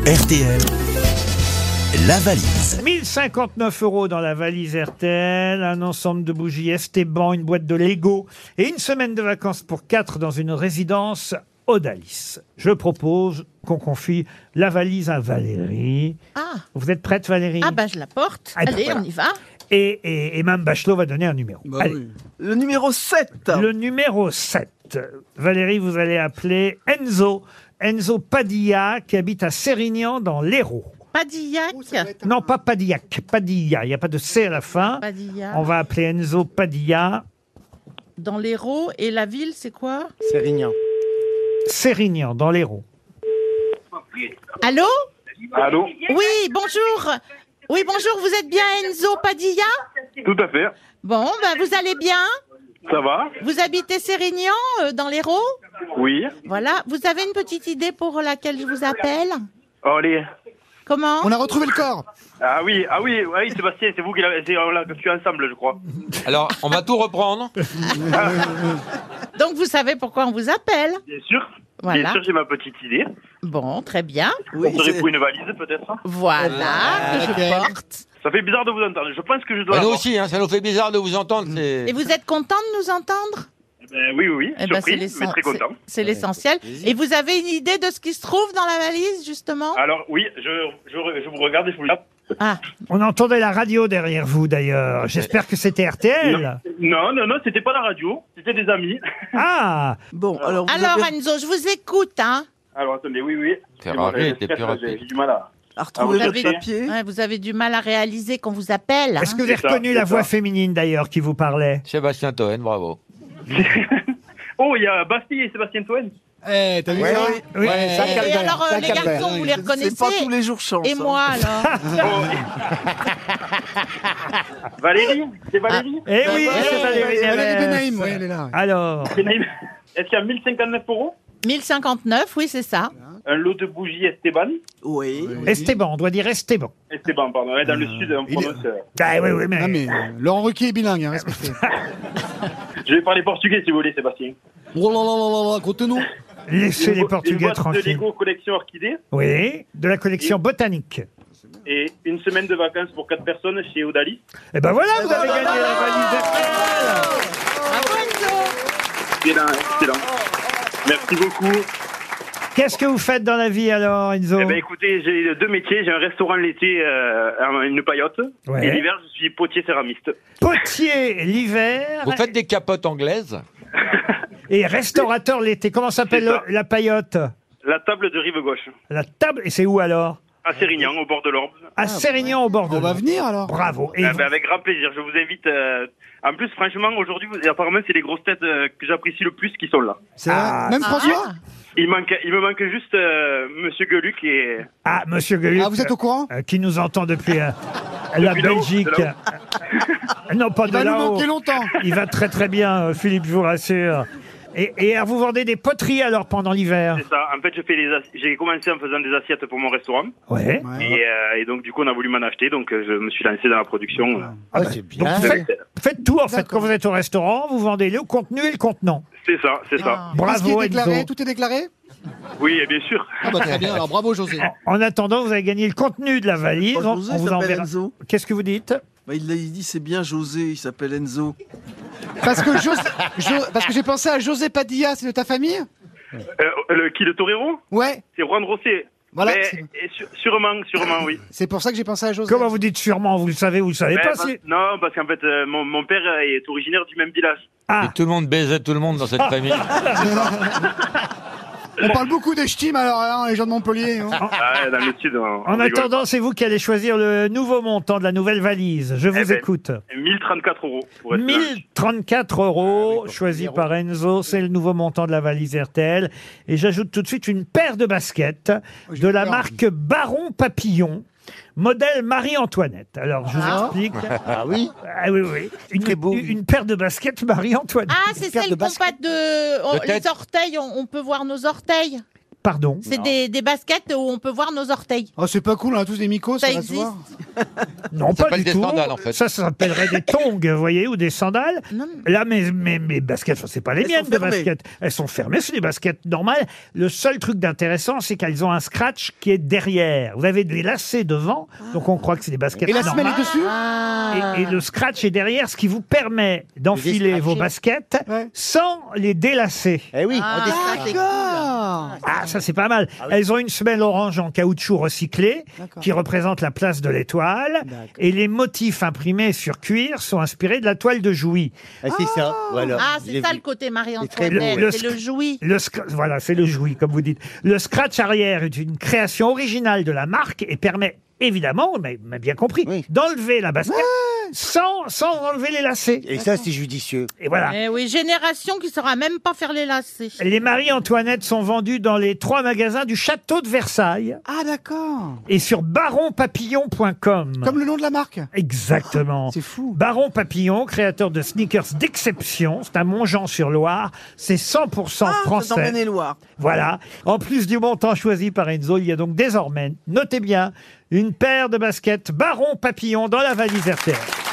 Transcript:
RTL, la valise. 1059 € dans la valise RTL, un ensemble de bougies Esteban, une boîte de Lego et une semaine de vacances pour 4 dans une résidence Odalis. Je propose qu'on confie la valise à Valérie. Ah. Vous êtes prête, Valérie? Ah bah je la porte. Ah, ben Allez, voilà. on y va. Et Mme Bachelot va donner un numéro. Allez. Oui. Le numéro 7. Le numéro 7. Valérie, vous allez appeler Enzo. Enzo Padilla, qui habite à Sérignan, dans l'Hérault. Padillac. Non, pas Padillac, Padilla. Il n'y a pas de C à la fin. Padilla. On va appeler Enzo Padilla. Dans l'Hérault. Et la ville, c'est quoi? Sérignan. Sérignan, dans l'Hérault. Allô? Allô? Oui, bonjour. Oui, bonjour, vous êtes bien Enzo Padilla? Tout à fait. Bon, ben vous allez bien? Ça va? Vous habitez Sérignan, dans l'Hérault? Oui. Voilà. Vous avez une petite idée pour laquelle je vous appelle? Allez. Comment? On a retrouvé le corps. Ah oui, Sébastien, c'est vous qui l'avez. On l'a tué ensemble, je crois. Alors, on va tout reprendre. Donc vous savez pourquoi on vous appelle? Bien sûr. Voilà. Bien sûr, j'ai ma petite idée. Bon, très bien. On serait pour une valise, peut-être. Voilà, que je porte. Ça fait bizarre de vous entendre. Je pense que je dois. Nous l'avoir. aussi, hein, ça nous fait bizarre de vous entendre. Et vous êtes content de nous entendre? Oui. Eh ben, Surpris, mais très content. C'est l'essentiel. Et vous avez une idée de ce qui se trouve dans la valise, justement? Alors, oui, je vous regarde et je vous le dis. Ah, On entendait la radio derrière vous, d'ailleurs. J'espère que c'était RTL. Non, c'était pas la radio. C'était des amis. Ah, Bon, alors Enzo, je vous écoute, hein. Alors, attendez, oui. T'es Mais bon, rapide, j'ai- t'es plus rapide. J'ai du mal à. retrouver Ah, votre vous papier. Ouais, vous avez du mal à réaliser qu'on vous appelle. est-ce hein. que vous avez C'est ça, reconnu la c'est voix ça. féminine, d'ailleurs, qui vous parlait? Sébastien Toen, bravo. Oh, il y a Bastille et Sébastien Toen. Eh, t'as vu ça? Oui. Et alors, les garçons, vous les reconnaissez? C'est pas tous les jours chance. Et moi, alors? Oh. Valérie? C'est Valérie? Eh oui, c'est Valérie Nerès. Benaïm, ouais, elle est là. Alors, Est-ce qu'il y a 1059 €? 1059, oui, c'est ça. Un lot de bougies Esteban. Oui. Esteban, on doit dire Esteban. Esteban, pardon. Ouais, dans le sud, on Il est- prononce. Ah oui, mais... Non mais Laurent Ruquier est bilingue, hein, respectez. Je vais parler portugais si vous voulez, Sébastien. Oh là là là là, raconte-nous. Laissez les Portugais Une boîte de tranquilles. Lego collection orchidée Oui, de la collection botanique. et une semaine de vacances pour 4 personnes chez Odalis. Et ben voilà, vous avez gagné la valise RTL. Bravo, Enzo. Excellent. Merci beaucoup. Qu'est-ce que vous faites dans la vie alors, Enzo? Eh ben, écoutez, j'ai 2 métiers. J'ai un restaurant l'été, une paillote. Ouais. Et l'hiver, je suis potier céramiste. Potier l'hiver Vous faites des capotes anglaises? et restaurateur l'été. Comment s'appelle C'est ça. la paillote? La table de rive gauche. La table, et c'est où alors? À Sérignan, au bord de l'Orbe. À Sérignan, au bord de On va l'Orbe. venir alors. Bravo. Et Eh vous- ben, avec grand plaisir. Je vous invite. En plus, franchement, aujourd'hui, apparemment, c'est les grosses têtes que j'apprécie le plus qui sont là. C'est vrai. Ah. Même François. Il me manque juste Monsieur Gueluc et. Ah, Monsieur Gueluc, Ah, vous êtes au courant? qui nous entend depuis la Depuis là-haut, Belgique. de là-haut. Non, pas Il de va nous là-haut. manquer longtemps. Il va très très bien, Philippe, je vous rassure. Et vous vendez des poteries alors pendant l'hiver? C'est ça. En fait, j'ai commencé en faisant des assiettes pour mon restaurant. Ouais. Et donc, du coup, on a voulu m'en acheter. Donc, je me suis lancé dans la production. Ah bah, c'est donc bien. vous faites tout en fait. Quand vous êtes au restaurant, vous vendez le contenu et le contenant. C'est ça, c'est ça. Ah. Qu'est-ce qui Bravo est déclaré? Enzo. Tout est déclaré? Oui, et bien sûr. Ah bah très bien, alors bravo José. En attendant, vous avez gagné le contenu de la valise. Oh, José On vous s'appelle enverra. Enzo. Qu'est-ce que vous dites? Bah, il dit c'est bien José, il s'appelle Enzo. Parce que parce que j'ai pensé à José Padilla, c'est de ta famille? Le torero, Ouais. c'est Juan Rosé. Voilà. Sûrement, oui. C'est pour ça que j'ai pensé à José. Comment vous dites sûrement? Vous le savez Ben, pas si... Non, parce qu'en fait, mon père est originaire du même village. Ah, Et tout le monde baisait tout le monde dans cette famille. On parle beaucoup des ch'times alors, hein, les gens de Montpellier. Hein. Ah, dans le sud, en on rigole attendant, c'est vous qui allez choisir le nouveau montant de la nouvelle valise. Je vous Eh ben, écoute. pas. 1034 €. Pour être large. 1034 €, choisi par Enzo, c'est le nouveau montant de la valise RTL. Et j'ajoute tout de suite une paire de baskets j'ai de la peur. marque Baron Papillon, modèle Marie-Antoinette. Alors, je vous explique. Ah oui. Ah oui. Une paire de baskets Marie-Antoinette. Ah, c'est paire celle de qu'on baskets. pas de... De tête. les orteils, on peut voir nos orteils. Pardon. C'est des baskets où on peut voir nos orteils. Oh, c'est pas cool, on a tous des mycos, ça Ça va se existe. voir. Non, Ça pas s'appelle du des tout. sandales, en fait. Ça s'appellerait des tongs, vous voyez, ou des sandales. Non. Là, mes baskets, enfin, c'est pas les Elles miennes sont de fermées. baskets. Elles sont fermées, c'est des baskets normales. Le seul truc d'intéressant, c'est qu'elles ont un scratch qui est derrière. Vous avez des lacets devant, donc on croit que c'est des baskets Et la semelle normales. est dessus Et le scratch est derrière, ce qui vous permet d'enfiler vos baskets Ouais. sans les délacer. Eh oui. D'accord. Ah, ça c'est pas mal. Elles ont une semelle orange en caoutchouc recyclé D'accord. qui représente la place de l'étoile. Et les motifs imprimés sur cuir sont inspirés de la toile de Jouy. Ah, c'est ça, voilà. Ah, J'ai c'est ça vu. le côté très Marie-Antoinette. beau, C'est le jouy. Voilà, c'est le Jouy, comme vous dites. Le scratch arrière est une création originale de la marque et permet évidemment, on m'a bien compris, Oui. d'enlever la basket sans enlever les lacets. Et ça, c'est judicieux. Et voilà. Eh oui, génération qui saura même pas faire les lacets. Les Marie-Antoinette sont vendues dans les 3 magasins du château de Versailles Ah, d'accord. et sur baronpapillon.com. Comme le nom de la marque. Exactement. C'est fou. Baron Papillon, créateur de sneakers d'exception. C'est à Montjean-sur-Loire. C'est 100% C'est dans français. Maine-et-Loire. Voilà. En plus du montant choisi par Enzo, il y a donc désormais, notez bien, une paire de baskets Baron Papillon dans la valise RTL.